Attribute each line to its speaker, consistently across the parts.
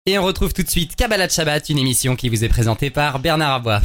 Speaker 1: Et on retrouve tout de suite Kabbalat Shabbat, une émission qui vous est présentée par Bernard Aboif.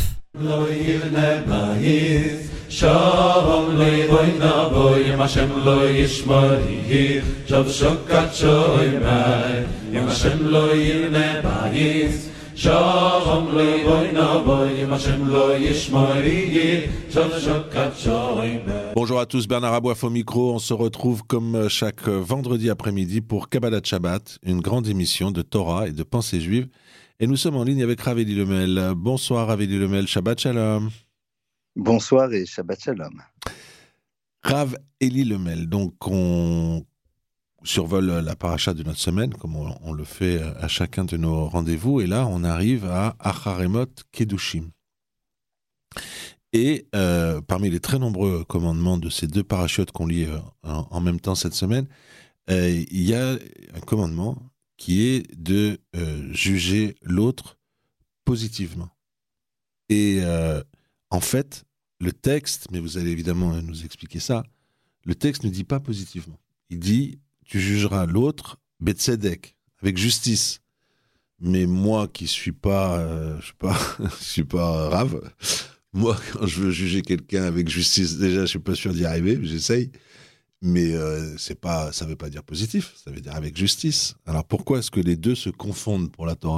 Speaker 2: Bonjour à tous, Bernard Aboif au micro. On se retrouve comme chaque vendredi après-midi pour Kabbalat Shabbat, une grande émission de Torah et de pensée juive. Et nous sommes en ligne avec Rav Eli Lemel. Bonsoir Rav Eli Lemel, Shabbat Shalom.
Speaker 3: Bonsoir et Shabbat Shalom.
Speaker 2: Rav Eli Lemel, donc on survole la paracha de notre semaine, comme on le fait à chacun de nos rendez-vous. Et là, on arrive à Acharemot Kedushim. Et parmi les très nombreux commandements de ces deux parachutes qu'on lit en même temps cette semaine, il y a un commandement qui est de juger l'autre positivement. Et en fait, le texte, mais vous allez évidemment nous expliquer ça, le texte ne dit pas positivement. Il dit, tu jugeras l'autre betzedek, avec justice. Mais moi qui suis pas, je suis pas rave. Moi, quand je veux juger quelqu'un avec justice, déjà, je suis pas sûr d'y arriver, j'essaye. Mais ça veut pas dire positif, ça veut dire avec justice. Alors pourquoi est-ce que les deux se confondent pour la Torah ?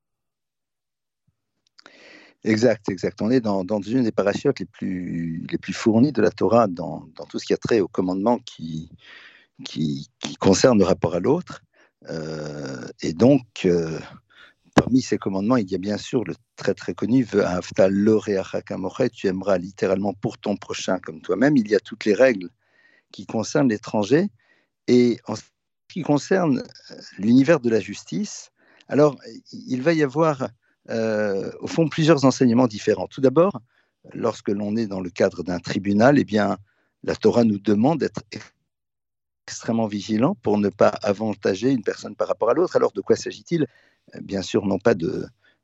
Speaker 3: Exact. On est dans une des parachutes les plus fournies de la Torah, dans tout ce qui a trait au commandement qui concerne le rapport à l'autre. Et donc, parmi ces commandements, il y a bien sûr le très très connu Ve'ahavta loreacha kamocha, tu aimeras littéralement pour ton prochain comme toi-même. Il y a toutes les règles qui concernent l'étranger. Et en ce qui concerne l'univers de la justice, alors il va y avoir au fond plusieurs enseignements différents. Tout d'abord, lorsque l'on est dans le cadre d'un tribunal, eh bien, la Torah nous demande d'être extrêmement vigilant pour ne pas avantager une personne par rapport à l'autre. Alors de quoi s'agit-il ? Bien sûr, non pas de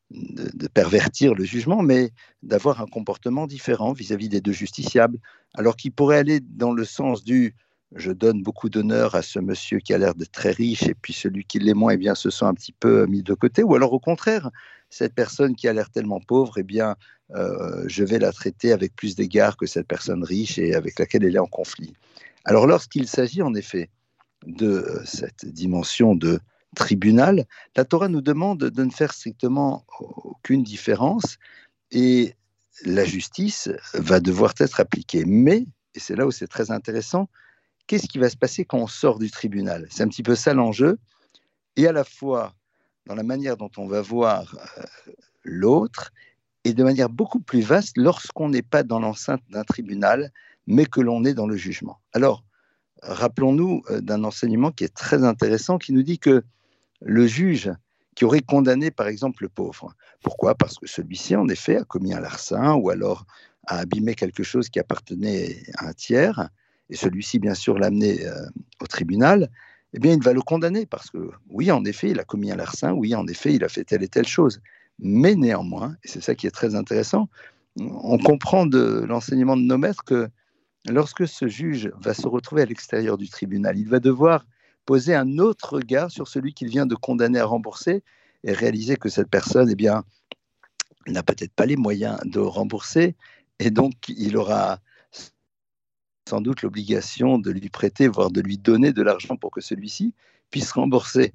Speaker 3: pervertir le jugement, mais d'avoir un comportement différent vis-à-vis des deux justiciables, alors qui pourrait aller dans le sens du « je donne beaucoup d'honneur à ce monsieur qui a l'air d'être très riche, et puis celui qui l'est moins, eh bien, se sent un petit peu mis de côté », ou alors au contraire, cette personne qui a l'air tellement pauvre, eh bien, je vais la traiter avec plus d'égard que cette personne riche et avec laquelle elle est en conflit. Alors lorsqu'il s'agit en effet de cette dimension de tribunal, la Torah nous demande de ne faire strictement aucune différence et la justice va devoir être appliquée. Mais, et c'est là où c'est très intéressant, qu'est-ce qui va se passer quand on sort du tribunal ? C'est un petit peu ça l'enjeu, et à la fois dans la manière dont on va voir l'autre, et de manière beaucoup plus vaste lorsqu'on n'est pas dans l'enceinte d'un tribunal, mais que l'on est dans le jugement. Alors, rappelons-nous d'un enseignement qui est très intéressant, qui nous dit que le juge qui aurait condamné, par exemple, le pauvre. Pourquoi ? Parce que celui-ci, en effet, a commis un larcin ou alors a abîmé quelque chose qui appartenait à un tiers, et celui-ci, bien sûr, l'a amené au tribunal. Eh bien, il va le condamner parce que, oui, en effet, il a commis un larcin, oui, en effet, il a fait telle et telle chose. Mais néanmoins, et c'est ça qui est très intéressant, on comprend de l'enseignement de nos maîtres que lorsque ce juge va se retrouver à l'extérieur du tribunal, il va devoir poser un autre regard sur celui qu'il vient de condamner à rembourser et réaliser que cette personne, eh bien, n'a peut-être pas les moyens de rembourser et donc il aura sans doute l'obligation de lui prêter, voire de lui donner de l'argent pour que celui-ci puisse rembourser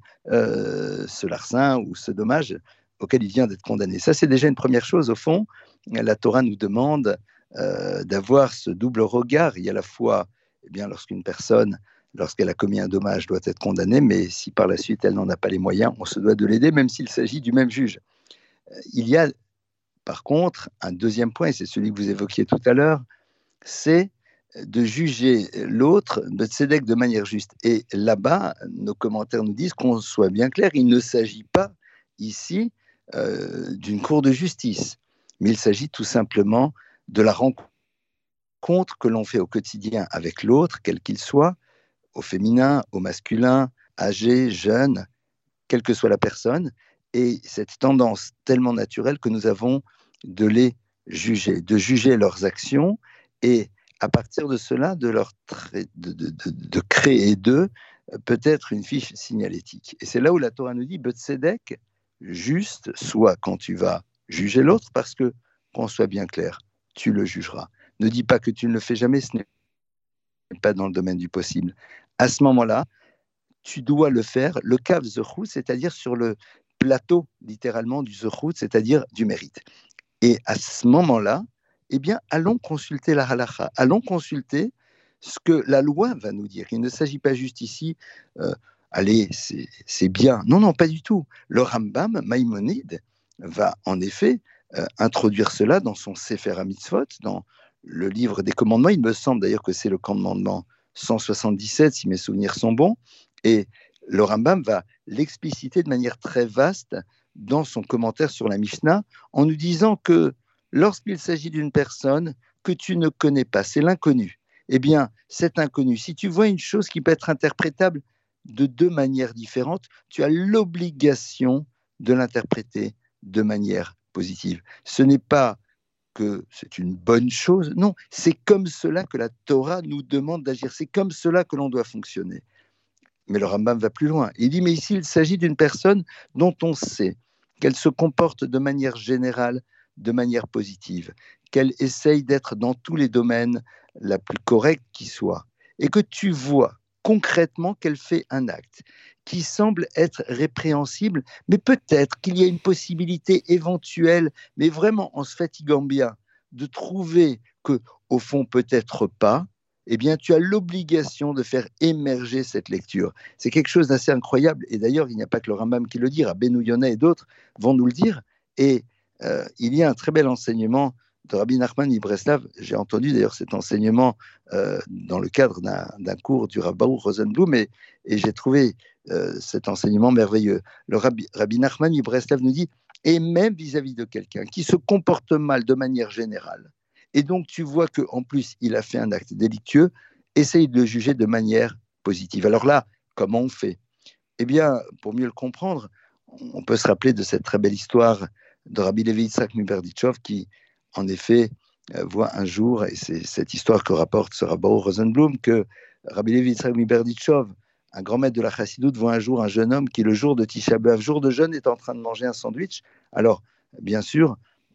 Speaker 3: ce larcin ou ce dommage auquel il vient d'être condamné. Ça, c'est déjà une première chose. Au fond, la Torah nous demande d'avoir ce double regard. Il y a à la fois, eh bien, lorsqu'une personne, lorsqu'elle a commis un dommage, doit être condamnée, mais si par la suite elle n'en a pas les moyens, on se doit de l'aider, même s'il s'agit du même juge. Il y a par contre un deuxième point, et c'est celui que vous évoquiez tout à l'heure, c'est de juger l'autre de manière juste. Et là-bas, nos commentaires nous disent qu'on soit bien clair, il ne s'agit pas ici d'une cour de justice, mais il s'agit tout simplement de la rencontre que l'on fait au quotidien avec l'autre, quel qu'il soit, au féminin, au masculin, âgé, jeune, quelle que soit la personne, et cette tendance tellement naturelle que nous avons de les juger, de juger leurs actions, et à partir de cela, de créer d'eux peut-être une fiche signalétique. Et c'est là où la Torah nous dit, Betzedek, juste, soit quand tu vas juger l'autre, parce que, qu'on soit bien clair, tu le jugeras. Ne dis pas que tu ne le fais jamais, ce n'est pas dans le domaine du possible. À ce moment-là, tu dois le faire, le kav zechut, c'est-à-dire sur le plateau, littéralement, du zechut, c'est-à-dire du mérite. Et à ce moment-là, eh bien, allons consulter la halakha, allons consulter ce que la loi va nous dire. Il ne s'agit pas juste ici, allez, c'est bien. Non, non, pas du tout. Le Rambam, Maïmonide, va en effet introduire cela dans son Sefer HaMitzvot, dans le livre des commandements. Il me semble d'ailleurs que c'est le commandement 177, si mes souvenirs sont bons. Et le Rambam va l'expliciter de manière très vaste dans son commentaire sur la Mishnah, en nous disant que lorsqu'il s'agit d'une personne que tu ne connais pas, c'est l'inconnu, eh bien, cet inconnu, si tu vois une chose qui peut être interprétable de deux manières différentes, tu as l'obligation de l'interpréter de manière positive. Ce n'est pas que c'est une bonne chose, non, c'est comme cela que la Torah nous demande d'agir, c'est comme cela que l'on doit fonctionner. Mais le Rambam va plus loin. Il dit, mais ici, il s'agit d'une personne dont on sait qu'elle se comporte de manière générale, de manière positive, qu'elle essaye d'être dans tous les domaines la plus correcte qui soit, et que tu vois concrètement qu'elle fait un acte qui semble être répréhensible, mais peut-être qu'il y a une possibilité éventuelle, mais vraiment en se fatiguant bien, de trouver que, au fond, peut-être pas, eh bien, tu as l'obligation de faire émerger cette lecture. C'est quelque chose d'assez incroyable. Et d'ailleurs, il n'y a pas que le Rambam qui le dit, Rabbeinu Yonah et d'autres vont nous le dire. Et il y a un très bel enseignement de Rabbi Nachman Ibreslav. J'ai entendu d'ailleurs cet enseignement dans le cadre d'un cours du Rav Baruch Rosenblum, et j'ai trouvé cet enseignement merveilleux. Le Rabbi Nachman Ibreslav nous dit, et même vis-à-vis de quelqu'un qui se comporte mal de manière générale, et donc tu vois qu'en plus il a fait un acte délictueux, essaye de le juger de manière positive. Alors là, comment on fait ? Eh bien, pour mieux le comprendre, on peut se rappeler de cette très belle histoire de Rabbi Levi Yitzhak Miberdichov qui, en effet, voit un jour, et c'est cette histoire que rapporte ce Rav Baruch Rosenblum, que Rabbi Levi Yitzhak Miberdichov, un grand maître de la Chassidoute, voit un jour un jeune homme qui, le jour de Tisha B'Av, jour de jeûne, est en train de manger un sandwich. Alors, bien sûr,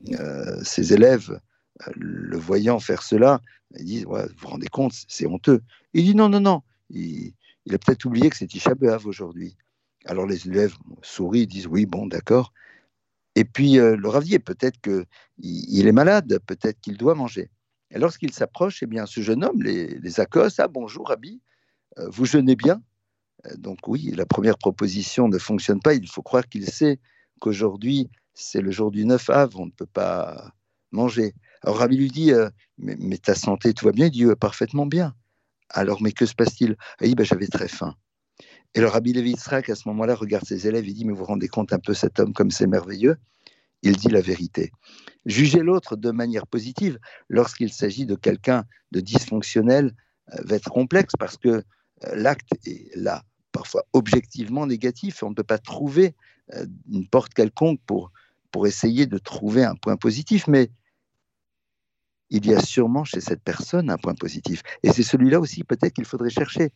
Speaker 3: ses élèves, le voyant faire cela, ils disent, ouais, vous vous rendez compte, c'est honteux. Il dit, non, non, non, il a peut-être oublié que c'est Tisha B'Av aujourd'hui. Alors les élèves sourient, disent, oui, bon, d'accord. Et puis le Rav dit, peut-être qu'il est malade, peut-être qu'il doit manger. Et lorsqu'il s'approche, eh bien, ce jeune homme les accoste, ah bonjour Rabbi, vous jeûnez bien ? Donc oui, la première proposition ne fonctionne pas, il faut croire qu'il sait qu'aujourd'hui, c'est le jour du 9 Av, on ne peut pas manger. Alors Rabbi lui dit, mais ta santé, tout va bien ? Il dit, parfaitement bien. Alors, mais que se passe-t-il ? Il dit, j'avais très faim. Et le Rabbi Levi Yitzhak, à ce moment-là, regarde ses élèves et dit, mais vous vous rendez compte un peu cet homme comme c'est merveilleux ? Il dit la vérité. Juger l'autre de manière positive lorsqu'il s'agit de quelqu'un de dysfonctionnel va être complexe parce que l'acte est là, parfois objectivement négatif, et on ne peut pas trouver une porte quelconque pour essayer de trouver un point positif, mais il y a sûrement chez cette personne un point positif. Et c'est celui-là aussi peut-être qu'il faudrait chercher.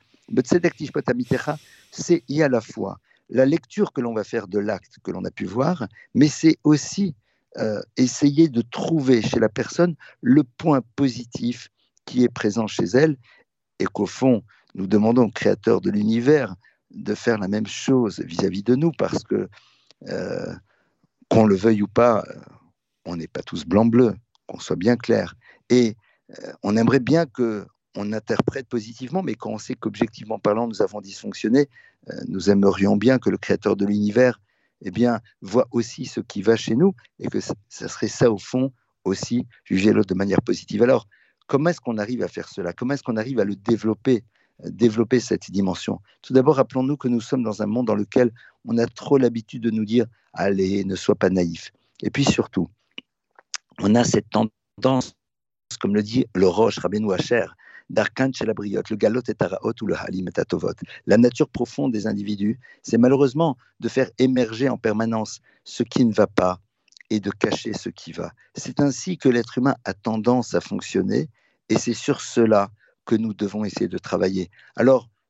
Speaker 3: C'est y à la fois la lecture que l'on va faire de l'acte que l'on a pu voir, mais c'est aussi essayer de trouver chez la personne le point positif qui est présent chez elle, et qu'au fond, nous demandons au Créateur de l'univers de faire la même chose vis-à-vis de nous, parce que, qu'on le veuille ou pas, on n'est pas tous blanc-bleu, qu'on soit bien clair. Et on aimerait bien qu'on interprète positivement, mais quand on sait qu'objectivement parlant, nous avons dysfonctionné, nous aimerions bien que le Créateur de l'univers voit aussi ce qui va chez nous, et que ça serait ça, au fond, aussi, juger l'autre de manière positive. Alors, comment est-ce qu'on arrive à faire cela ? Comment est-ce qu'on arrive à le développer cette dimension ? Tout d'abord, rappelons-nous que nous sommes dans un monde dans lequel on a trop l'habitude de nous dire « Allez, ne sois pas naïf ». Et puis surtout, on a cette tendance, comme le dit le Rosh Rabbeinu Asher, d'Arkan chez la briotte, le galot et taraot ou le halim et tatovot. La nature profonde des individus, c'est malheureusement de faire émerger en permanence ce qui ne va pas et de cacher ce qui va. C'est ainsi que l'être humain a tendance à fonctionner, et c'est sur cela que nous devons essayer de travailler. Alors,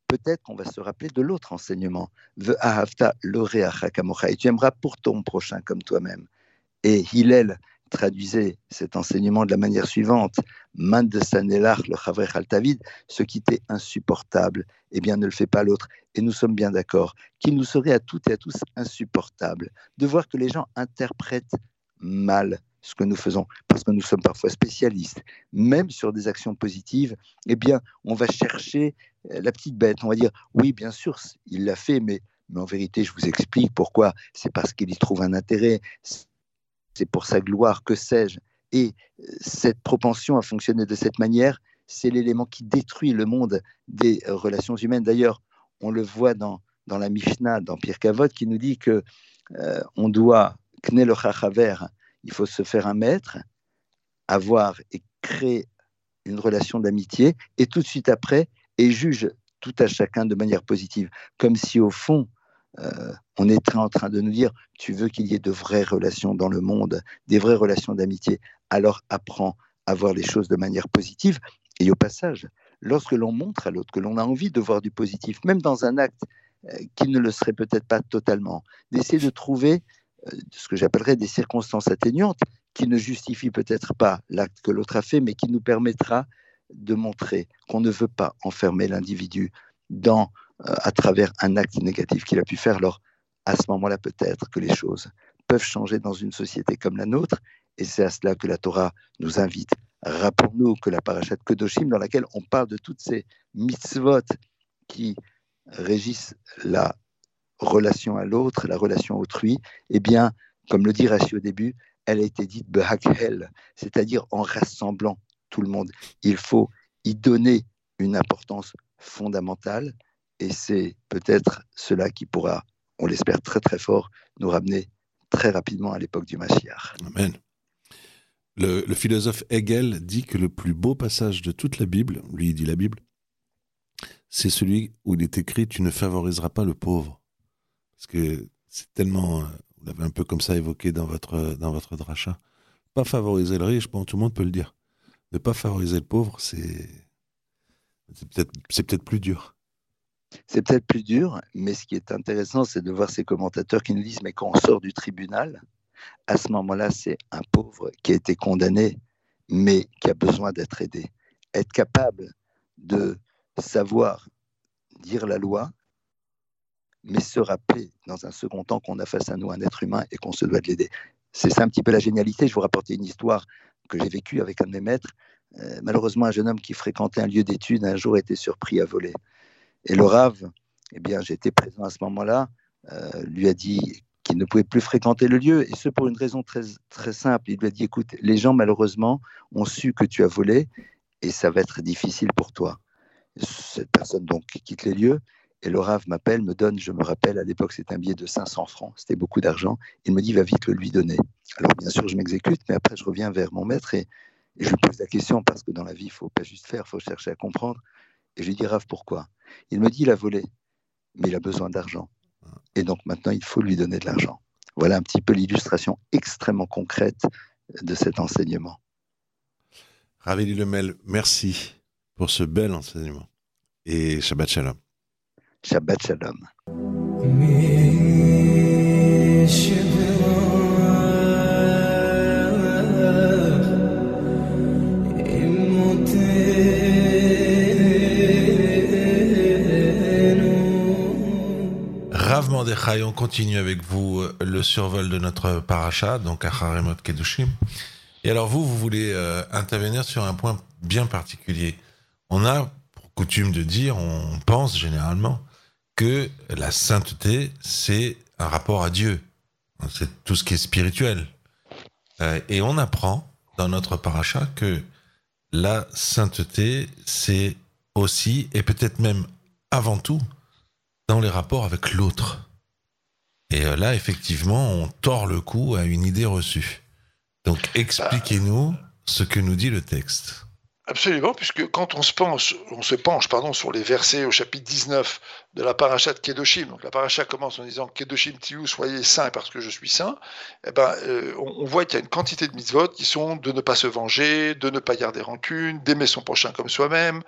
Speaker 3: peut-être qu'on va se rappeler de l'autre enseignement. Ve'ahavta loreacha kamocha. Et tu aimeras pour ton prochain comme toi-même. Et Hillel traduisait cet enseignement de la manière suivante: Man de sanelach le chaver altavid, ce qui t'est insupportable, eh bien ne le fais pas à l'autre. Et nous sommes bien d'accord qu'il nous serait à toutes et à tous insupportable de voir que les gens interprètent mal ce que nous faisons, parce que nous sommes parfois spécialistes, même sur des actions positives. Eh bien, on va chercher la petite bête, on va dire, oui, bien sûr, il l'a fait, mais en vérité, je vous explique pourquoi. C'est parce qu'il y trouve un intérêt, c'est pour sa gloire, que sais-je. Et cette propension à fonctionner de cette manière, c'est l'élément qui détruit le monde des relations humaines. D'ailleurs, on le voit dans la Mishnah, dans Pirkei Avot, qui nous dit que on doit kne le chachaver, il faut se faire un maître, avoir et créer une relation d'amitié, et tout de suite après, et juge tout à chacun de manière positive, comme si au fond, on était en train de nous dire, tu veux qu'il y ait de vraies relations dans le monde, des vraies relations d'amitié, alors apprends à voir les choses de manière positive. Et au passage, lorsque l'on montre à l'autre que l'on a envie de voir du positif, même dans un acte qui ne le serait peut-être pas totalement, d'essayer de trouver ce que j'appellerais des circonstances atténuantes qui ne justifient peut-être pas l'acte que l'autre a fait, mais qui nous permettra de montrer qu'on ne veut pas enfermer l'individu à travers un acte négatif qu'il a pu faire. Alors, à ce moment-là, peut-être que les choses peuvent changer dans une société comme la nôtre, et c'est à cela que la Torah nous invite. Rappelons-nous que la parashat Kedoshim, dans laquelle on parle de toutes ces mitzvot qui régissent la relation à l'autre, la relation à autrui, eh bien, comme le dit Rashi au début, elle a été dite behakhel, c'est-à-dire en rassemblant tout le monde. Il faut y donner une importance fondamentale, et c'est peut-être cela qui pourra, on l'espère très très fort, nous ramener très rapidement à l'époque du Mashiach.
Speaker 2: Amen. Le philosophe Hegel dit que le plus beau passage de toute la Bible, lui il dit la Bible, c'est celui où il est écrit « Tu ne favoriseras pas le pauvre ». Parce que c'est tellement, vous l'avez un peu comme ça évoqué dans votre dracha, pas favoriser le riche, bon, tout le monde peut le dire. Ne pas favoriser le pauvre, c'est peut-être plus dur.
Speaker 3: C'est peut-être plus dur, mais ce qui est intéressant, c'est de voir ces commentateurs qui nous disent, mais quand on sort du tribunal, à ce moment-là, c'est un pauvre qui a été condamné, mais qui a besoin d'être aidé. Être capable de savoir dire la loi, mais se rappeler dans un second temps qu'on a face à nous un être humain et qu'on se doit de l'aider. C'est ça un petit peu la génialité. Je vous rapportais une histoire que j'ai vécue avec un de mes maîtres. Malheureusement, un jeune homme qui fréquentait un lieu d'études un jour a été surpris à voler. Et le Rav, eh bien, j'étais présent à ce moment-là, lui a dit qu'il ne pouvait plus fréquenter le lieu, et ce pour une raison très, très simple. Il lui a dit, écoute, les gens malheureusement ont su que tu as volé, et ça va être difficile pour toi. Cette personne donc quitte les lieux, et le Rav m'appelle, me donne, je me rappelle, à l'époque c'était un billet de 500 francs, c'était beaucoup d'argent, il me dit, va vite le lui donner. Alors bien sûr, je m'exécute, mais après je reviens vers mon maître, et je lui pose la question, parce que dans la vie, il ne faut pas juste faire, il faut chercher à comprendre. Et je lui dis, Rav, pourquoi? Il me dit, il a volé, mais il a besoin d'argent. Et donc maintenant, il faut lui donner de l'argent. Voilà un petit peu l'illustration extrêmement concrète de cet enseignement.
Speaker 2: Rav Eli Lemel, merci pour ce bel enseignement. Et Shabbat Shalom.
Speaker 3: Shabbat Shalom.
Speaker 2: Rav Mordechai, on continue avec vous le survol de notre paracha, donc Acharemot Kedoshim. Et alors vous voulez intervenir sur un point bien particulier. On a pour coutume de dire, on pense généralement, que la sainteté, c'est un rapport à Dieu. C'est tout ce qui est spirituel. Et on apprend dans notre paracha que la sainteté, c'est aussi, et peut-être même avant tout, dans les rapports avec l'autre. Et là, effectivement, on tord le cou à une idée reçue. Donc, expliquez-nous ce que nous dit le texte.
Speaker 4: Absolument, puisque quand on se penche sur les versets au chapitre 19 de la paracha de Kedoshim, donc la paracha commence en disant Kedoshim Tiou, soyez saints parce que je suis saint, on voit qu'il y a une quantité de mitzvot qui sont de ne pas se venger, de ne pas garder rancune, d'aimer son prochain comme soi-même,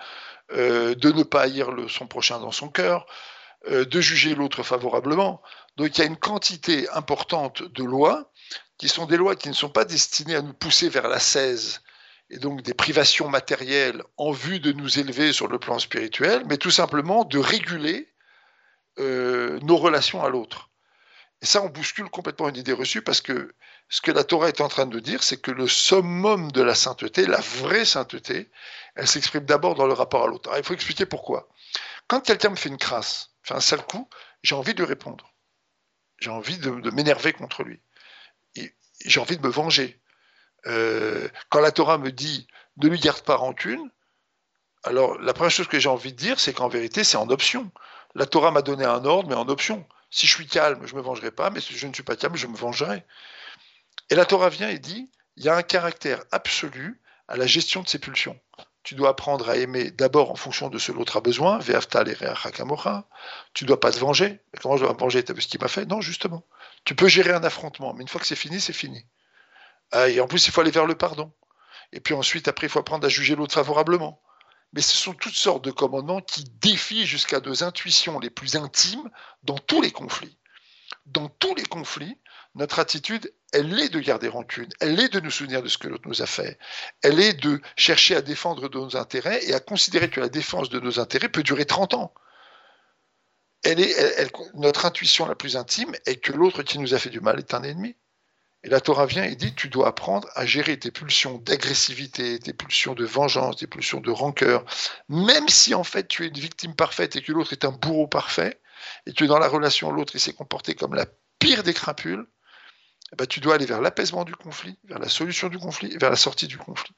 Speaker 4: de ne pas haïr son prochain dans son cœur, de juger l'autre favorablement. Donc il y a une quantité importante de lois qui sont des lois qui ne sont pas destinées à nous pousser vers l'ascèse et donc des privations matérielles en vue de nous élever sur le plan spirituel, mais tout simplement de réguler nos relations à l'autre. Et ça, on bouscule complètement une idée reçue parce que ce que la Torah est en train de dire, c'est que le summum de la sainteté, la vraie sainteté, elle s'exprime d'abord dans le rapport à l'autre. Alors, il faut expliquer pourquoi. Quand quelqu'un me fait une crasse, fait un sale coup, j'ai envie de lui répondre. J'ai envie de m'énerver contre lui. Et j'ai envie de me venger. Quand la Torah me dit ne lui garde pas rancune, alors la première chose que j'ai envie de dire, c'est qu'en vérité, c'est en option. La Torah m'a donné un ordre, mais en option. Si je suis calme, je ne me vengerai pas, mais si je ne suis pas calme, je me vengerai. Et la Torah vient et dit, il y a un caractère absolu à la gestion de ses pulsions. Tu dois apprendre à aimer d'abord en fonction de ce que l'autre a besoin, ve'afta l'ereacha kamocha. Tu ne dois pas te venger. Mais comment je dois me venger? Tu as vu ce qu'il m'a fait? Non, justement. Tu peux gérer un affrontement, mais une fois que c'est fini, c'est fini. Et en plus, il faut aller vers le pardon. Et puis ensuite, après, il faut apprendre à juger l'autre favorablement. Mais ce sont toutes sortes de commandements qui défient jusqu'à nos intuitions les plus intimes dans tous les conflits. Dans tous les conflits, notre attitude, elle est de garder rancune, elle est de nous souvenir de ce que l'autre nous a fait, elle est de chercher à défendre nos intérêts et à considérer que la défense de nos intérêts peut durer 30 ans. Notre intuition la plus intime est que l'autre qui nous a fait du mal est un ennemi. Et la Torah vient et dit, tu dois apprendre à gérer tes pulsions d'agressivité, tes pulsions de vengeance, tes pulsions de rancœur, même si en fait tu es une victime parfaite et que l'autre est un bourreau parfait, et que dans la relation l'autre il s'est comporté comme la pire des crapules, eh ben, tu dois aller vers l'apaisement du conflit, vers la solution du conflit, et vers la sortie du conflit.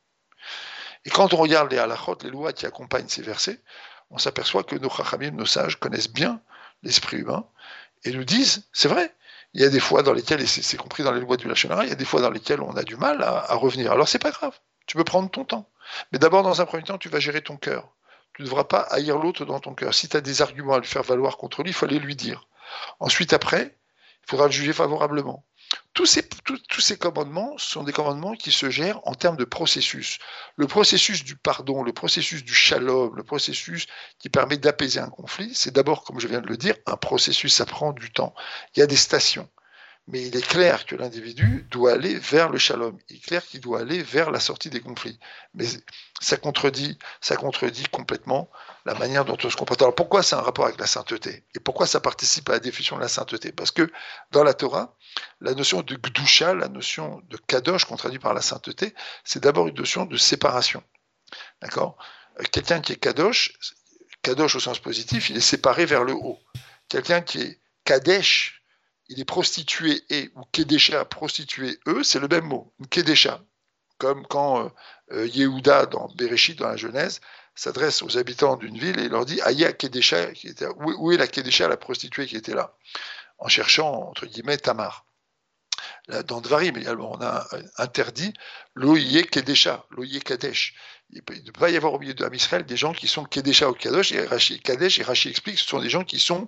Speaker 4: Et quand on regarde les halachot, les lois qui accompagnent ces versets, on s'aperçoit que nos chachamim, nos sages, connaissent bien l'esprit humain, et nous disent, c'est vrai, il y a des fois dans lesquelles, et c'est compris dans les lois du Lachon Hara, il y a des fois dans lesquelles on a du mal à revenir. Alors c'est pas grave, tu peux prendre ton temps. Mais d'abord, dans un premier temps, tu vas gérer ton cœur. Tu ne devras pas haïr l'autre dans ton cœur. Si tu as des arguments à lui faire valoir contre lui, il faut aller lui dire. Ensuite, après, il faudra le juger favorablement. Tous ces commandements sont des commandements qui se gèrent en termes de processus. Le processus du pardon, le processus du shalom, le processus qui permet d'apaiser un conflit, c'est d'abord, comme je viens de le dire, un processus, ça prend du temps. Il y a des stations. Mais il est clair que l'individu doit aller vers le shalom. Il est clair qu'il doit aller vers la sortie des conflits. Mais ça contredit complètement la manière dont on se comporte. Alors pourquoi c'est un rapport avec la sainteté? Et pourquoi ça participe à la définition de la sainteté? Parce que dans la Torah, la notion de Gdusha, la notion de Kadosh, qu'on traduit par la sainteté, c'est d'abord une notion de séparation. D'accord? Quelqu'un qui est Kadosh au sens positif, il est séparé vers le haut. Quelqu'un qui est Kadesh, il est prostitué et, ou Kedesha, prostitué eux, c'est le même mot, une Kedesha. Comme quand Yehuda, dans Bereshit, dans la Genèse, s'adresse aux habitants d'une ville et il leur dit Aya Kedesha, où est la Kedesha, la prostituée qui était là? En cherchant, entre guillemets, Tamar. Là, dans Dvarim également, on a interdit l'Oye Kedesha, l'Oye Kadesh. Il ne peut pas y avoir au milieu de Israël des gens qui sont Kedesha ou Kadosh, et Kadesh, et Rashi explique que ce sont des gens qui sont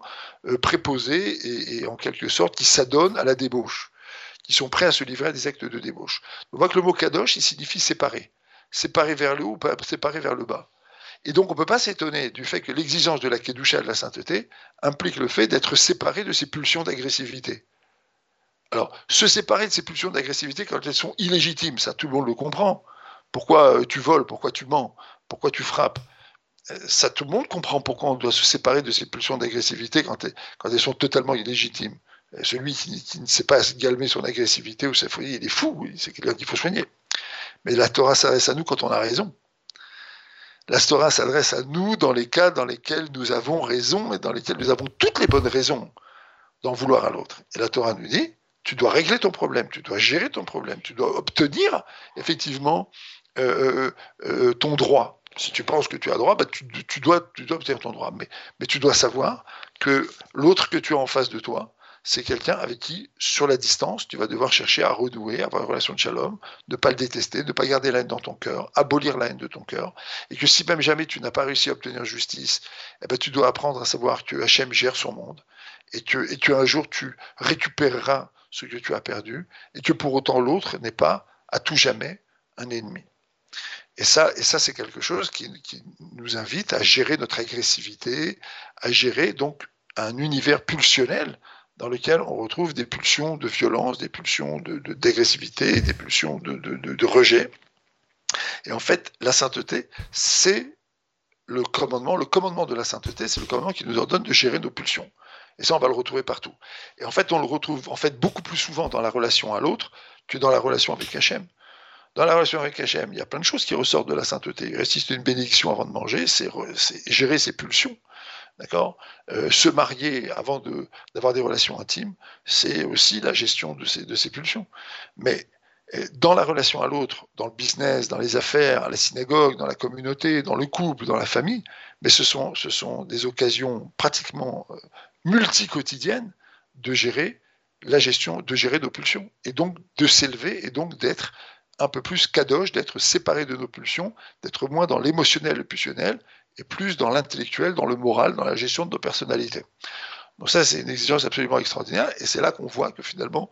Speaker 4: préposés et en quelque sorte qui s'adonnent à la débauche, qui sont prêts à se livrer à des actes de débauche. On voit que le mot Kadosh, il signifie séparer. Séparer vers le haut, pas séparer vers le bas. Et donc on ne peut pas s'étonner du fait que l'exigence de la Kedusha, de la sainteté, implique le fait d'être séparé de ces pulsions d'agressivité. Alors, se séparer de ces pulsions d'agressivité quand elles sont illégitimes, ça tout le monde le comprend. Pourquoi tu voles, pourquoi tu mens, pourquoi tu frappes? Ça, tout le monde comprend pourquoi on doit se séparer de ces pulsions d'agressivité quand elles sont totalement illégitimes. Celui qui ne sait pas calmer son agressivité ou sa folie, il est fou, c'est quelqu'un qu'il faut soigner. Mais la Torah s'adresse à nous quand on a raison. La Torah s'adresse à nous dans les cas dans lesquels nous avons raison et dans lesquels nous avons toutes les bonnes raisons d'en vouloir à l'autre. Et la Torah nous dit, tu dois régler ton problème, tu dois gérer ton problème, tu dois obtenir effectivement ton droit. Si tu penses que tu as droit, bah tu dois obtenir ton droit. Mais tu dois savoir que l'autre que tu as en face de toi, c'est quelqu'un avec qui, sur la distance, tu vas devoir chercher à renouer, avoir une relation de shalom, ne pas le détester, ne pas garder la haine dans ton cœur, abolir la haine de ton cœur, et que si même jamais tu n'as pas réussi à obtenir justice, eh ben, tu dois apprendre à savoir que Hachem gère son monde, et que un jour tu récupéreras ce que tu as perdu, et que pour autant l'autre n'est pas, à tout jamais, un ennemi. Et ça c'est quelque chose qui nous invite à gérer notre agressivité, à gérer donc un univers pulsionnel dans lequel on retrouve des pulsions de violence, des pulsions d'agressivité, des pulsions de rejet. Et en fait, la sainteté, c'est le commandement de la sainteté, c'est le commandement qui nous ordonne de gérer nos pulsions. Et ça, on va le retrouver partout. Et en fait, on le retrouve beaucoup plus souvent dans la relation à l'autre que dans la relation avec Hachem. Dans la relation avec Hachem, il y a plein de choses qui ressortent de la sainteté. Résister une bénédiction avant de manger, c'est gérer ses pulsions. D'accord ? Se marier avant d'avoir des relations intimes, c'est aussi la gestion de ces pulsions. Mais dans la relation à l'autre, dans le business, dans les affaires, à la synagogue, dans la communauté, dans le couple, dans la famille, mais ce sont des occasions pratiquement multi-quotidiennes de gérer la gestion, de gérer nos pulsions, et donc de s'élever, et donc d'être un peu plus kadosh, d'être séparé de nos pulsions, d'être moins dans l'émotionnel, le pulsionnel, et plus dans l'intellectuel, dans le moral, dans la gestion de nos personnalités. Donc ça, c'est une exigence absolument extraordinaire, et c'est là qu'on voit que finalement,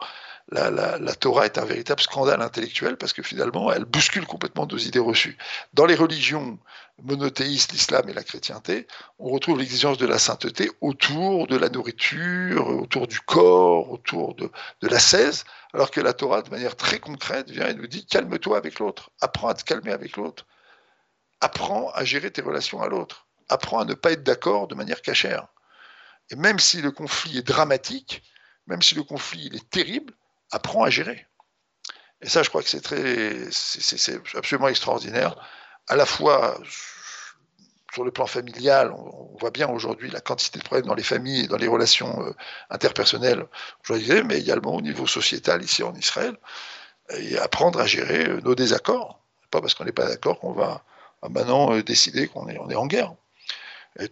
Speaker 4: la Torah est un véritable scandale intellectuel, parce que finalement, elle bouscule complètement nos idées reçues. Dans les religions monothéistes, l'islam et la chrétienté, on retrouve l'exigence de la sainteté autour de la nourriture, autour du corps, autour de l'ascèse, alors que la Torah, de manière très concrète, vient et nous dit « calme-toi avec l'autre, apprends à te calmer avec l'autre, apprends à gérer tes relations à l'autre, apprends à ne pas être d'accord de manière cachère. » Et même si le conflit est dramatique, même si le conflit est terrible, apprends à gérer. Et ça, je crois que c'est absolument extraordinaire. À la fois, sur le plan familial, on voit bien aujourd'hui la quantité de problèmes dans les familles et dans les relations interpersonnelles, mais également au niveau sociétal ici en Israël, et apprendre à gérer nos désaccords. C'est pas parce qu'on n'est pas d'accord qu'on va maintenant décider qu'on est en guerre. Et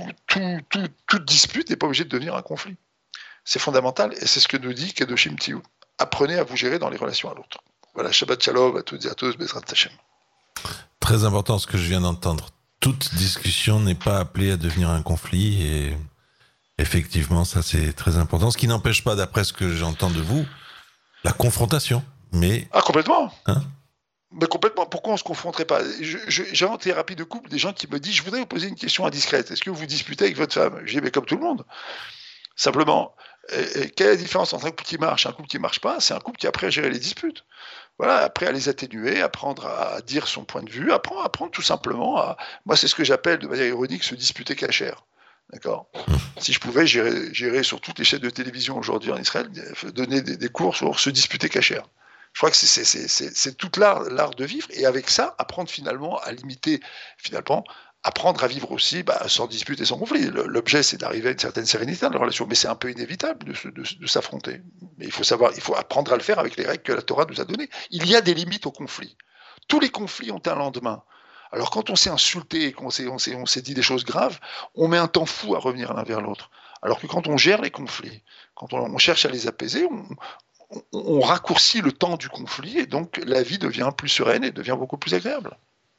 Speaker 4: toute dispute n'est pas obligée de devenir un conflit. C'est fondamental, et c'est ce que nous dit Kedoshim Tihu. Apprenez à vous gérer dans les relations à l'autre. Voilà, Shabbat Shalom à toutes et à tous, Bezrat Hashem.
Speaker 2: Très important ce que je viens d'entendre. Toute discussion n'est pas appelée à devenir un conflit, et effectivement, ça c'est très important. Ce qui n'empêche pas, d'après ce que j'entends de vous, la confrontation. Mais...
Speaker 4: Ah, complètement.
Speaker 2: Hein?
Speaker 4: Mais complètement. Pourquoi on ne se confronterait pas ? J'ai en thérapie de couple des gens qui me disent « Je voudrais vous poser une question indiscrète. Est-ce que vous disputez avec votre femme ?» Je dis « Mais comme tout le monde. » Simplement, quelle est la différence entre un couple qui marche et un couple qui ne marche pas ? C'est un couple qui apprend à gérer les disputes. Voilà, après à les atténuer, apprendre à dire son point de vue, apprendre tout simplement à... Moi, c'est ce que j'appelle de manière ironique se disputer cachère. D'accord ? Si je pouvais gérer sur toutes les chaînes de télévision aujourd'hui en Israël, donner des cours sur se disputer cachère. Je crois que c'est tout l'art de vivre, et avec ça, apprendre finalement à limiter, apprendre à vivre aussi sans dispute et sans conflit. L'objet, c'est d'arriver à une certaine sérénité dans la relation, mais c'est un peu inévitable de s'affronter. Mais il faut apprendre à le faire avec les règles que la Torah nous a données. Il y a des limites au conflit. Tous les conflits ont un lendemain. Alors quand on s'est insulté et qu'on s'est dit des choses graves, on met un temps fou à revenir l'un vers l'autre. Alors que quand on gère les conflits, quand on cherche à les apaiser, on raccourcit le temps du conflit, et donc la vie devient plus sereine et devient beaucoup plus agréable.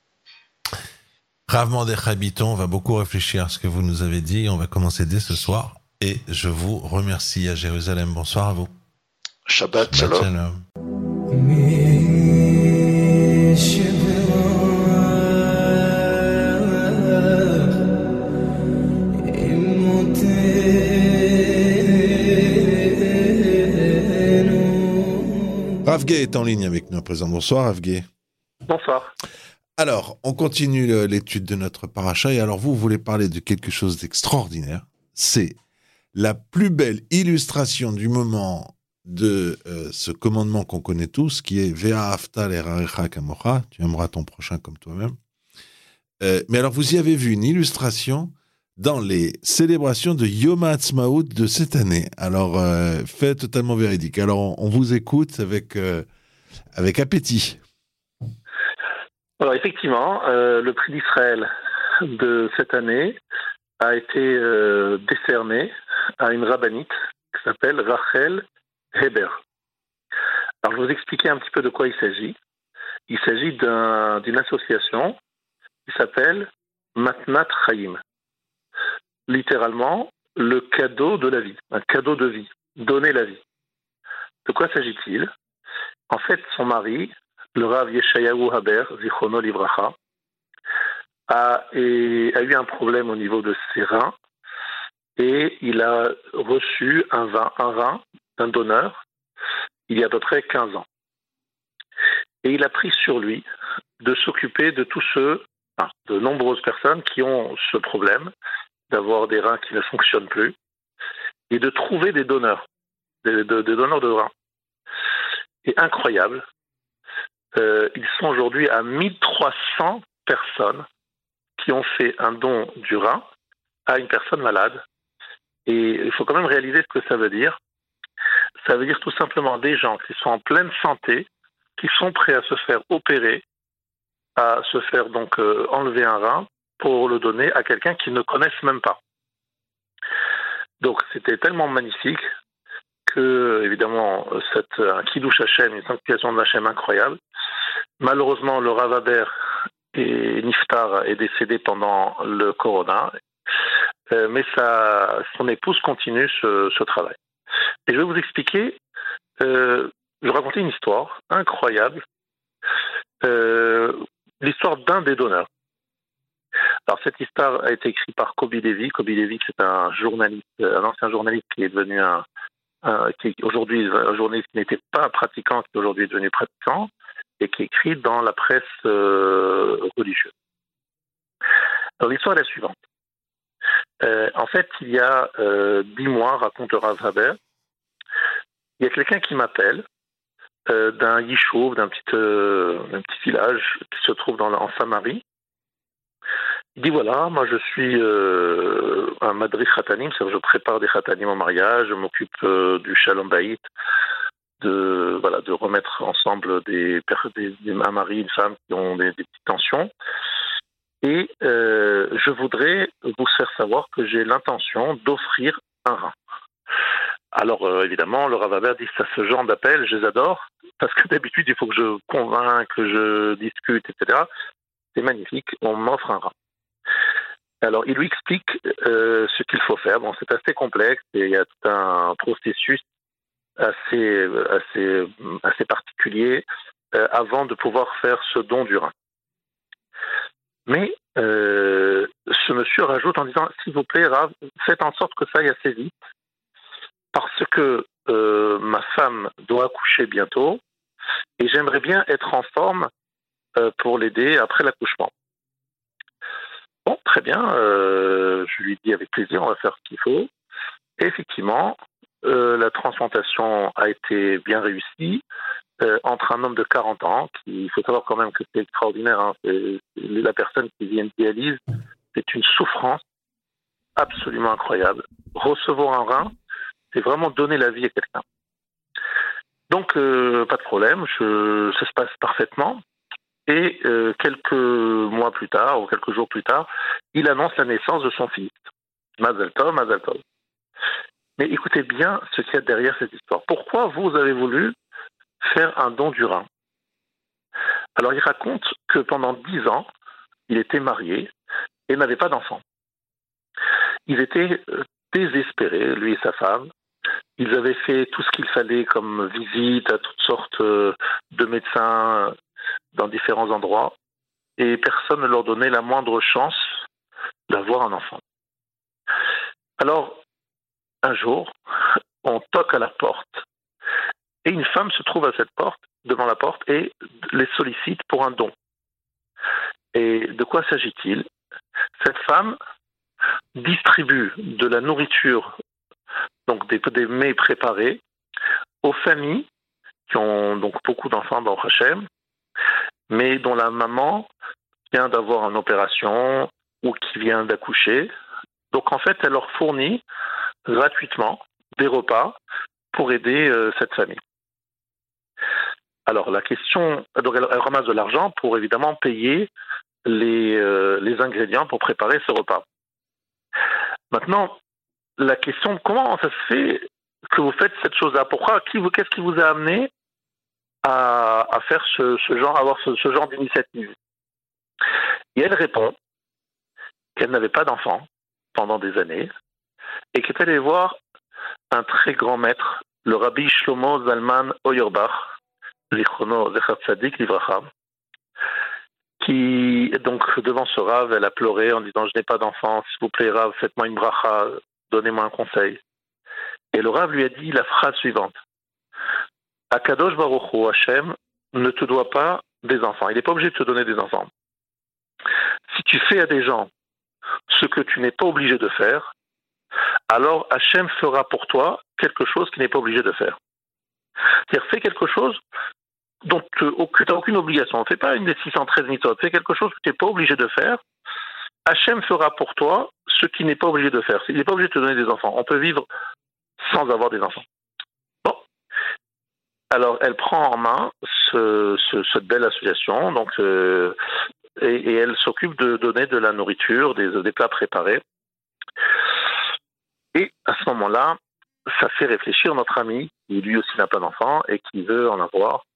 Speaker 2: Rav Mordechai Bitton, on va beaucoup réfléchir à ce que vous nous avez dit. On va commencer dès ce soir, et je vous remercie à Jérusalem. Bonsoir à vous.
Speaker 4: Shabbat Shalom.
Speaker 2: Rav Gay est en ligne avec nous à présent. Bonsoir Rav Gay.
Speaker 5: Bonsoir.
Speaker 2: Alors, on continue l'étude de notre paracha, et alors vous voulez parler de quelque chose d'extraordinaire. C'est la plus belle illustration du moment de ce commandement qu'on connaît tous, qui est Ve'ahavta l'erarecha kamocha, tu aimeras ton prochain comme toi-même. Mais alors, vous y avez vu une illustration dans les célébrations de Yom HaAtzmaut de cette année. Alors, fait totalement véridique. Alors, on vous écoute avec appétit.
Speaker 5: Alors, effectivement, le prix d'Israël de cette année a été décerné à une rabbinite qui s'appelle Rachel Heber. Alors, je vais vous expliquer un petit peu de quoi il s'agit. Il s'agit d'une association qui s'appelle Matnat Chaim. Littéralement, le cadeau de la vie, un cadeau de vie, donner la vie. De quoi s'agit-il ? En fait, son mari le Rav Yeshayahu Haber, Zichrono Livracha, a eu un problème au niveau de ses reins et il a reçu un rein d'un donneur il y a à peu près 15 ans. Et il a pris sur lui de s'occuper de de nombreuses personnes qui ont ce problème d'avoir des reins qui ne fonctionnent plus et de trouver des donneurs, des donneurs de reins. Et incroyable, ils sont aujourd'hui à 1300 personnes qui ont fait un don du rein à une personne malade. Et il faut quand même réaliser ce que ça veut dire. Ça veut dire tout simplement des gens qui sont en pleine santé, qui sont prêts à se faire opérer, à se faire donc enlever un rein pour le donner à quelqu'un qu'ils ne connaissent même pas. Donc c'était tellement magnifique que, évidemment, un Kiddush Hashem, une sanctification de Hashem incroyable. Malheureusement, le Rav Haber Niftar est décédé pendant le Corona, mais son épouse continue ce travail. Et je vais vous expliquer, je vais raconter une histoire incroyable, l'histoire d'un des donneurs. Alors cette histoire a été écrite par Kobi Levi. Kobi Levi, c'est un journaliste, un ancien journaliste qui est devenu qui est aujourd'hui un journaliste qui n'était pas pratiquant, qui aujourd'hui est devenu pratiquant, et qui écrit dans la presse religieuse. Alors l'histoire est la suivante. En fait, il y a 10 mois, raconte le Rav Haber, il y a quelqu'un qui m'appelle d'un yishuv, d'un petit village qui se trouve en Samarie. Il dit voilà, moi je suis un madrich khatanim, c'est-à-dire je prépare des khatanim au mariage, je m'occupe du shalom bayit, de remettre ensemble un mari, une femme qui ont des petites tensions. Et je voudrais vous faire savoir que j'ai l'intention d'offrir un rein. Alors évidemment, le Rav Haber dit ça, ce genre d'appel, je les adore, parce que d'habitude il faut que je convainque, que je discute, etc. C'est magnifique, on m'offre un rein. Alors il lui explique ce qu'il faut faire. Bon, c'est assez complexe et il y a tout un processus assez particulier avant de pouvoir faire ce don du rein. Mais ce monsieur rajoute en disant s'il vous plaît, Rav, faites en sorte que ça aille assez vite, parce que ma femme doit accoucher bientôt et j'aimerais bien être en forme pour l'aider après l'accouchement. Bon, très bien, je lui dis avec plaisir, on va faire ce qu'il faut. Et effectivement, la transplantation a été bien réussie entre un homme de 40 ans, il faut savoir quand même que c'est extraordinaire, hein, la personne qui vient de dialyse, c'est une souffrance absolument incroyable. Recevoir un rein, c'est vraiment donner la vie à quelqu'un. Donc, pas de problème, ça se passe parfaitement. Et quelques mois plus tard, ou quelques jours plus tard, il annonce la naissance de son fils. Mazel tov, Mazel tov. Mais écoutez bien ce qu'il y a derrière cette histoire. Pourquoi vous avez voulu faire un don du rein? Alors, il raconte que pendant 10 ans, il était marié et n'avait pas d'enfant. Ils étaient désespérés, lui et sa femme. Ils avaient fait tout ce qu'il fallait comme visite à toutes sortes de médecins dans différents endroits et personne ne leur donnait la moindre chance d'avoir un enfant. Alors, un jour, on toque à la porte et une femme se trouve devant la porte et les sollicite pour un don. Et de quoi s'agit-il? Cette femme distribue de la nourriture, donc des mets préparés, aux familles qui ont donc beaucoup d'enfants dans Hachem, mais dont la maman vient d'avoir une opération ou qui vient d'accoucher. Donc en fait, elle leur fournit gratuitement des repas pour aider cette famille. Alors la question, donc elle ramasse de l'argent pour évidemment payer les ingrédients pour préparer ce repas. Maintenant, la question, comment ça se fait que vous faites cette chose-là? Pourquoi? Qu'est-ce qui vous a amené à faire ce genre d'initiative? Et elle répond qu'elle n'avait pas d'enfant pendant des années et qu'elle est allée voir un très grand maître, le Rabbi Shlomo Zalman Auerbach, Zichrono Zecher Tzadik Livracha, qui, donc, devant ce Rav, elle a pleuré en disant « Je n'ai pas d'enfant, s'il vous plaît, Rav, faites-moi une bracha, donnez-moi un conseil. » Et le Rav lui a dit la phrase suivante. Akadosh Baruch Hu, Hashem, ne te doit pas des enfants. Il n'est pas obligé de te donner des enfants. Si tu fais à des gens ce que tu n'es pas obligé de faire, alors Hashem fera pour toi quelque chose qu'il n'est pas obligé de faire. C'est-à-dire, fais quelque chose dont tu n'as aucune obligation. Ne fais pas une des 613 mitzvot. Fais quelque chose que tu n'es pas obligé de faire. Hashem fera pour toi ce qu'il n'est pas obligé de faire. Il n'est pas obligé de te donner des enfants. On peut vivre sans avoir des enfants. Bon. Alors, elle prend en main cette belle association, donc, et elle s'occupe de donner de la nourriture, des plats préparés. Et à ce moment-là, ça fait réfléchir notre ami, qui lui aussi n'a pas d'enfant et qui veut en avoir.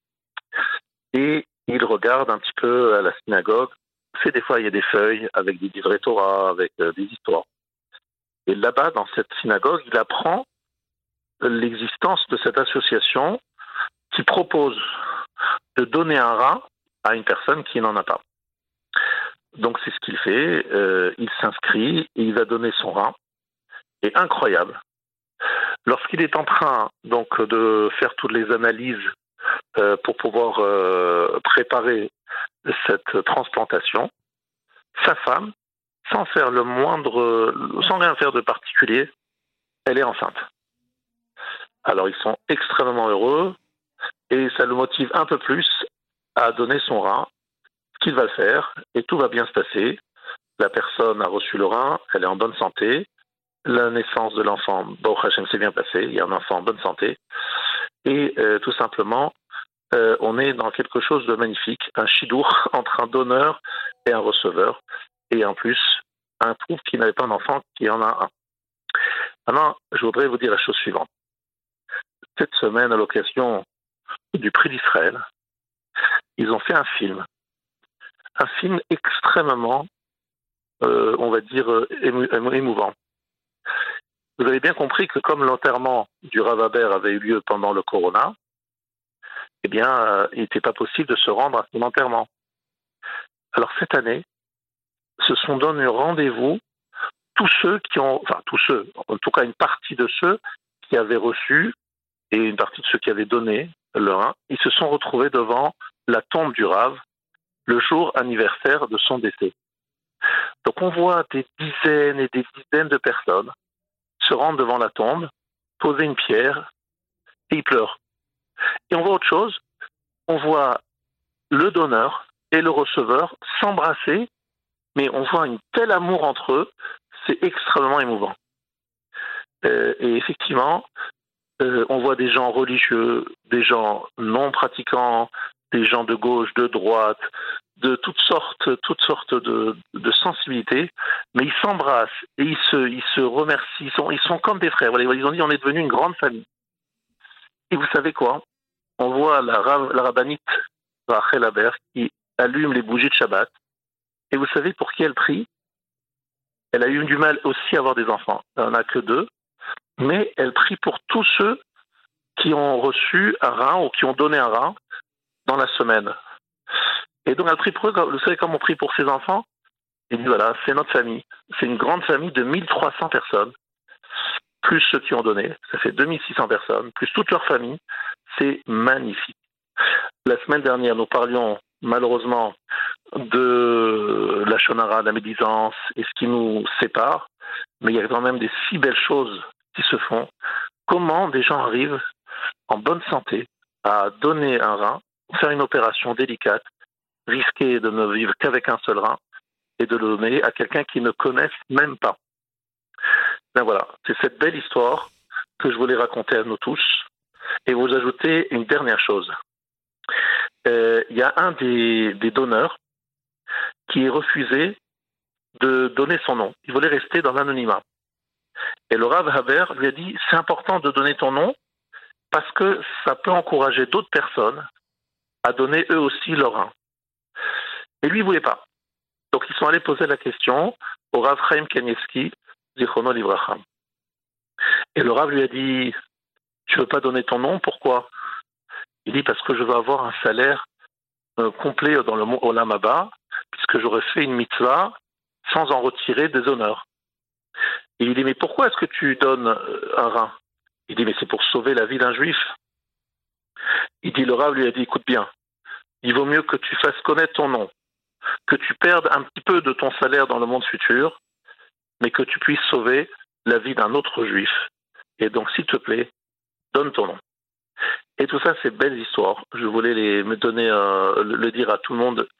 Speaker 5: Et il regarde un petit peu à la synagogue. C'est des fois, il y a des feuilles avec des livrets Torah, avec des histoires. Et là-bas, dans cette synagogue, il apprend l'existence de cette association qui propose de donner un rat à une personne qui n'en a pas. Donc c'est ce qu'il fait, il s'inscrit et il va donner son rat. Et incroyable, lorsqu'il est en train donc de faire toutes les analyses pour pouvoir préparer cette transplantation, sa femme, sans rien faire de particulier, elle est enceinte. Alors ils sont extrêmement heureux et ça le motive un peu plus à donner son rein, qu'il va le faire et tout va bien se passer. La personne a reçu le rein, elle est en bonne santé. La naissance de l'enfant, Baruch Hashem, s'est bien passé. Il y a un enfant en bonne santé. Et tout simplement, on est dans quelque chose de magnifique, un chidour entre un donneur et un receveur. Et en plus, un couple qui n'avait pas d'enfant, qui en a un. Maintenant, je voudrais vous dire la chose suivante. Cette semaine, à l'occasion du prix d'Israël, ils ont fait un film extrêmement, on va dire, émouvant. Vous avez bien compris que comme l'enterrement du Rav Haber avait eu lieu pendant le Corona, eh bien, il n'était pas possible de se rendre à son enterrement. Alors cette année, se sont donné rendez-vous tous ceux, en tout cas une partie de ceux qui avaient reçu et une partie de ceux qui avaient donné le rein, ils se sont retrouvés devant la tombe du Rav le jour anniversaire de son décès. Donc on voit des dizaines et des dizaines de personnes se rendre devant la tombe, poser une pierre, et ils pleurent. Et on voit autre chose, on voit le donneur et le receveur s'embrasser, mais on voit un tel amour entre eux, c'est extrêmement émouvant. Et effectivement, on voit des gens religieux, des gens non pratiquants, des gens de gauche, de droite, de toutes sortes de sensibilités, mais ils s'embrassent et ils se remercient, ils sont comme des frères. Voilà, ils ont dit on est devenu une grande famille. Et vous savez quoi? On voit la rabbinite Rachel Haber qui allume les bougies de Shabbat. Et vous savez pour qui elle prie? Elle a eu du mal aussi à avoir des enfants. Elle n'en a que 2. Mais elle prie pour tous ceux qui ont reçu un rein ou qui ont donné un rein dans la semaine. Et donc elle prie pour eux. Vous savez comment on prie pour ses enfants? Il dit voilà, c'est notre famille. C'est une grande famille de 1300 personnes, plus ceux qui ont donné. Ça fait 2600 personnes, plus toute leur famille. C'est magnifique. La semaine dernière, nous parlions malheureusement de la shonara, de la médisance et ce qui nous sépare. Mais il y a quand même des si belles choses qui se font. Comment des gens arrivent en bonne santé à donner un rein, faire une opération délicate, risquer de ne vivre qu'avec un seul rein et de le donner à quelqu'un qu'ils ne connaissent même pas. Ben voilà, c'est cette belle histoire que je voulais raconter à nous tous et vous ajouter une dernière chose. Il y a un des donneurs qui est refusé de donner son nom. Il voulait rester dans l'anonymat. Et le Rav Haber lui a dit c'est important de donner ton nom parce que ça peut encourager d'autres personnes à donner eux aussi leur rein. Et lui, il ne voulait pas. Donc ils sont allés poser la question au Rav Chaim Kanievski, Zichrono Livracha. Et le Rav lui a dit tu ne veux pas donner ton nom, pourquoi? Il dit parce que je veux avoir un salaire complet dans le monde Olam Haba, puisque j'aurais fait une mitzvah sans en retirer des honneurs. Et il dit, mais pourquoi est-ce que tu donnes un rein? Il dit, mais c'est pour sauver la vie d'un juif. Il dit, le Rav lui a dit, écoute bien, il vaut mieux que tu fasses connaître ton nom, que tu perdes un petit peu de ton salaire dans le monde futur, mais que tu puisses sauver la vie d'un autre juif. Et donc, s'il te plaît, donne ton nom. Et tout ça, c'est belles histoires. Je voulais me donner, le dire à tout le monde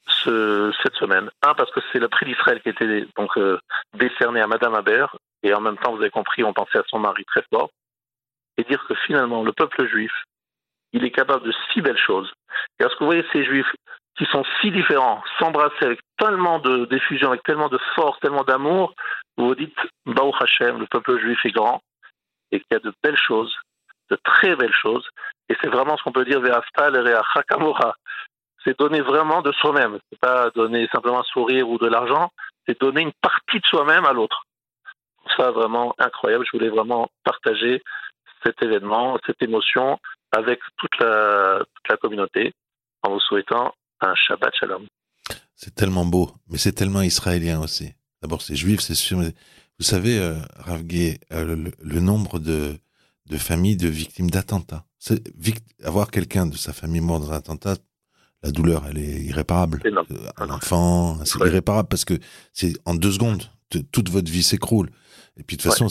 Speaker 5: cette semaine. Parce que c'est le prix d'Israël qui était donc décerné à Madame Haber, et en même temps, vous avez compris, on pensait à son mari très fort, et dire que finalement, le peuple juif, il est capable de si belles choses. Et lorsque vous voyez ces juifs qui sont si différents, s'embrasser avec tellement d'effusion, avec tellement de force, tellement d'amour, vous vous dites, Baruch Hashem, le peuple juif est grand, et qu'il y a de belles choses, de très belles choses, et c'est vraiment ce qu'on peut dire Ve'afta l'ereacha kamora. C'est donner vraiment de soi-même. C'est pas donner simplement un sourire ou de l'argent, c'est donner une partie de soi-même à l'autre. Ça, vraiment incroyable. Je voulais vraiment partager cet événement, cette émotion avec toute la communauté en vous souhaitant un Shabbat Shalom.
Speaker 2: C'est tellement beau, mais c'est tellement israélien aussi. D'abord, c'est juif, c'est sûr. Mais vous savez, Rav Gué, le nombre de familles de victimes d'attentats. Avoir quelqu'un de sa famille mort dans un attentat, la douleur, elle est irréparable. Un enfant, c'est irréparable parce que c'est en 2 secondes, toute votre vie s'écroule. Et puis de toute façon,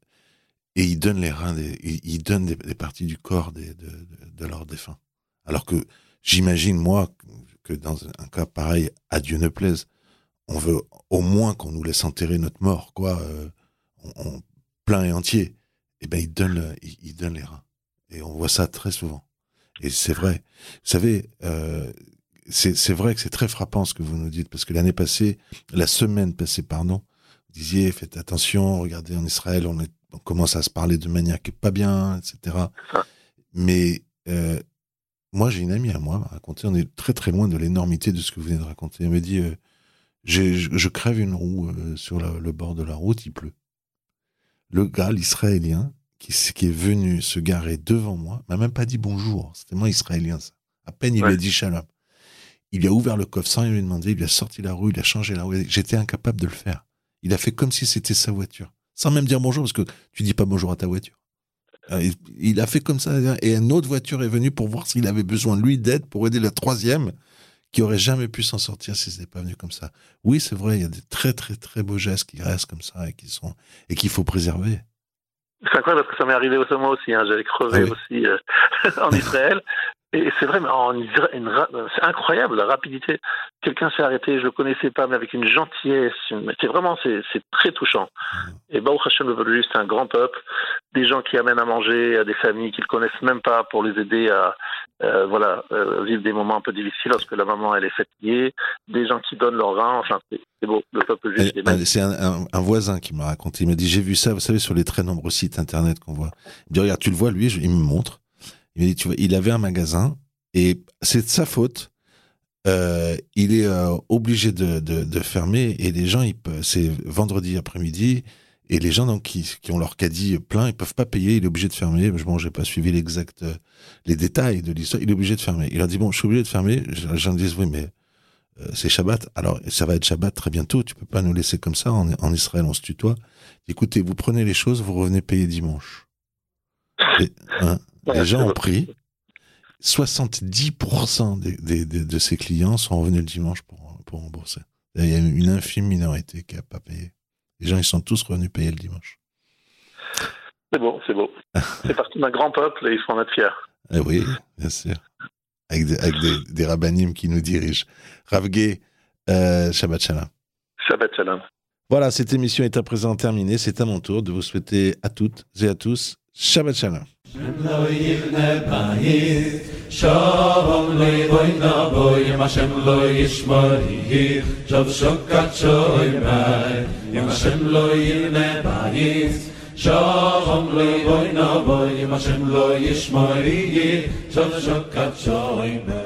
Speaker 2: et ils donnent les reins, ils donnent des parties du corps de leurs défunts. Alors que j'imagine, moi, que dans un cas pareil, à Dieu ne plaise, on veut au moins qu'on nous laisse enterrer notre mort, quoi, plein et entier. Et ben ils donnent les reins. Et on voit ça très souvent. Et c'est vrai. Vous savez, c'est vrai que c'est très frappant ce que vous nous dites, parce que l'année passée, la semaine passée, pardon, vous disiez, faites attention, regardez en Israël, on commence à se parler de manière qui est pas bien, etc. Mais moi, j'ai une amie à moi à raconter, on est très très loin de l'énormité de ce que vous venez de raconter. Elle me dit, je crève une roue sur le bord de la route, il pleut. Le gars, l'Israélien, qui est venu se garer devant moi, m'a même pas dit bonjour. C'est tellement israélien, ça. À peine il lui a dit shalom. Il lui a ouvert le coffre sans lui demander, il lui a sorti la roue, il a changé la roue. J'étais incapable de le faire. Il a fait comme si c'était sa voiture. Sans même dire bonjour, parce que tu dis pas bonjour à ta voiture. Il a fait comme ça, et une autre voiture est venue pour voir s'il avait besoin, lui, d'aide pour aider la 3e, qui aurait jamais pu s'en sortir si c'était pas venu comme ça. Oui, c'est vrai, il y a des très très très beaux gestes qui restent comme ça et qu'il faut préserver.
Speaker 5: C'est incroyable parce que ça m'est arrivé moi aussi. J'avais crevé aussi en Israël. Et c'est vrai, mais c'est incroyable la rapidité. Quelqu'un s'est arrêté, je le connaissais pas, mais avec une gentillesse. C'est très touchant. Et Baruch Hashem, le peuple juif, c'est un grand peuple. Des gens qui amènent à manger à des familles qu'ils connaissent même pas pour les aider à vivre des moments un peu difficiles lorsque la maman elle est fatiguée. Des gens qui donnent leur rein. Enfin, c'est beau. Le peuple juif.
Speaker 2: C'est un voisin qui m'a raconté. Il m'a dit, j'ai vu ça, vous savez, sur les très nombreux sites internet qu'on voit. Il me dit, regarde, tu le vois, lui, il me montre. Il m'a dit, tu vois, il avait un magasin et c'est de sa faute. Il est obligé de fermer et les gens, c'est vendredi après-midi et les gens donc qui ont leur caddie plein, ils peuvent pas payer. Il est obligé de fermer. Bon, j'ai pas suivi les détails de l'histoire. Il est obligé de fermer. Il a dit bon, je suis obligé de fermer. Les gens disent oui, mais c'est Shabbat. Alors ça va être Shabbat très bientôt. Tu peux pas nous laisser comme ça. En Israël, on se tutoie. Écoutez, vous prenez les choses, vous revenez payer dimanche. Les gens ont pris 70% de ses clients sont revenus le dimanche pour rembourser. Il y a une infime minorité qui n'a pas payé. Les gens, ils sont tous revenus payer le dimanche.
Speaker 5: C'est beau. C'est parti d'un grand peuple et il faut en être fiers.
Speaker 2: Eh oui, bien sûr. Avec des rabbinim qui nous dirigent. Rav Gué, Shabbat Shalom.
Speaker 5: Shabbat Shalom.
Speaker 2: Voilà, cette émission est à présent terminée. C'est à mon tour de vous souhaiter à toutes et à tous Shabbat Shalom. Shem lo yivne bayit, shalom levoy naboy, Hashem lo yishmori, Shav shokat shoymai, Hashem lo yivne bayit, shalom levoy naboy, Hashem lo yishmori, Shav shokat shoymai.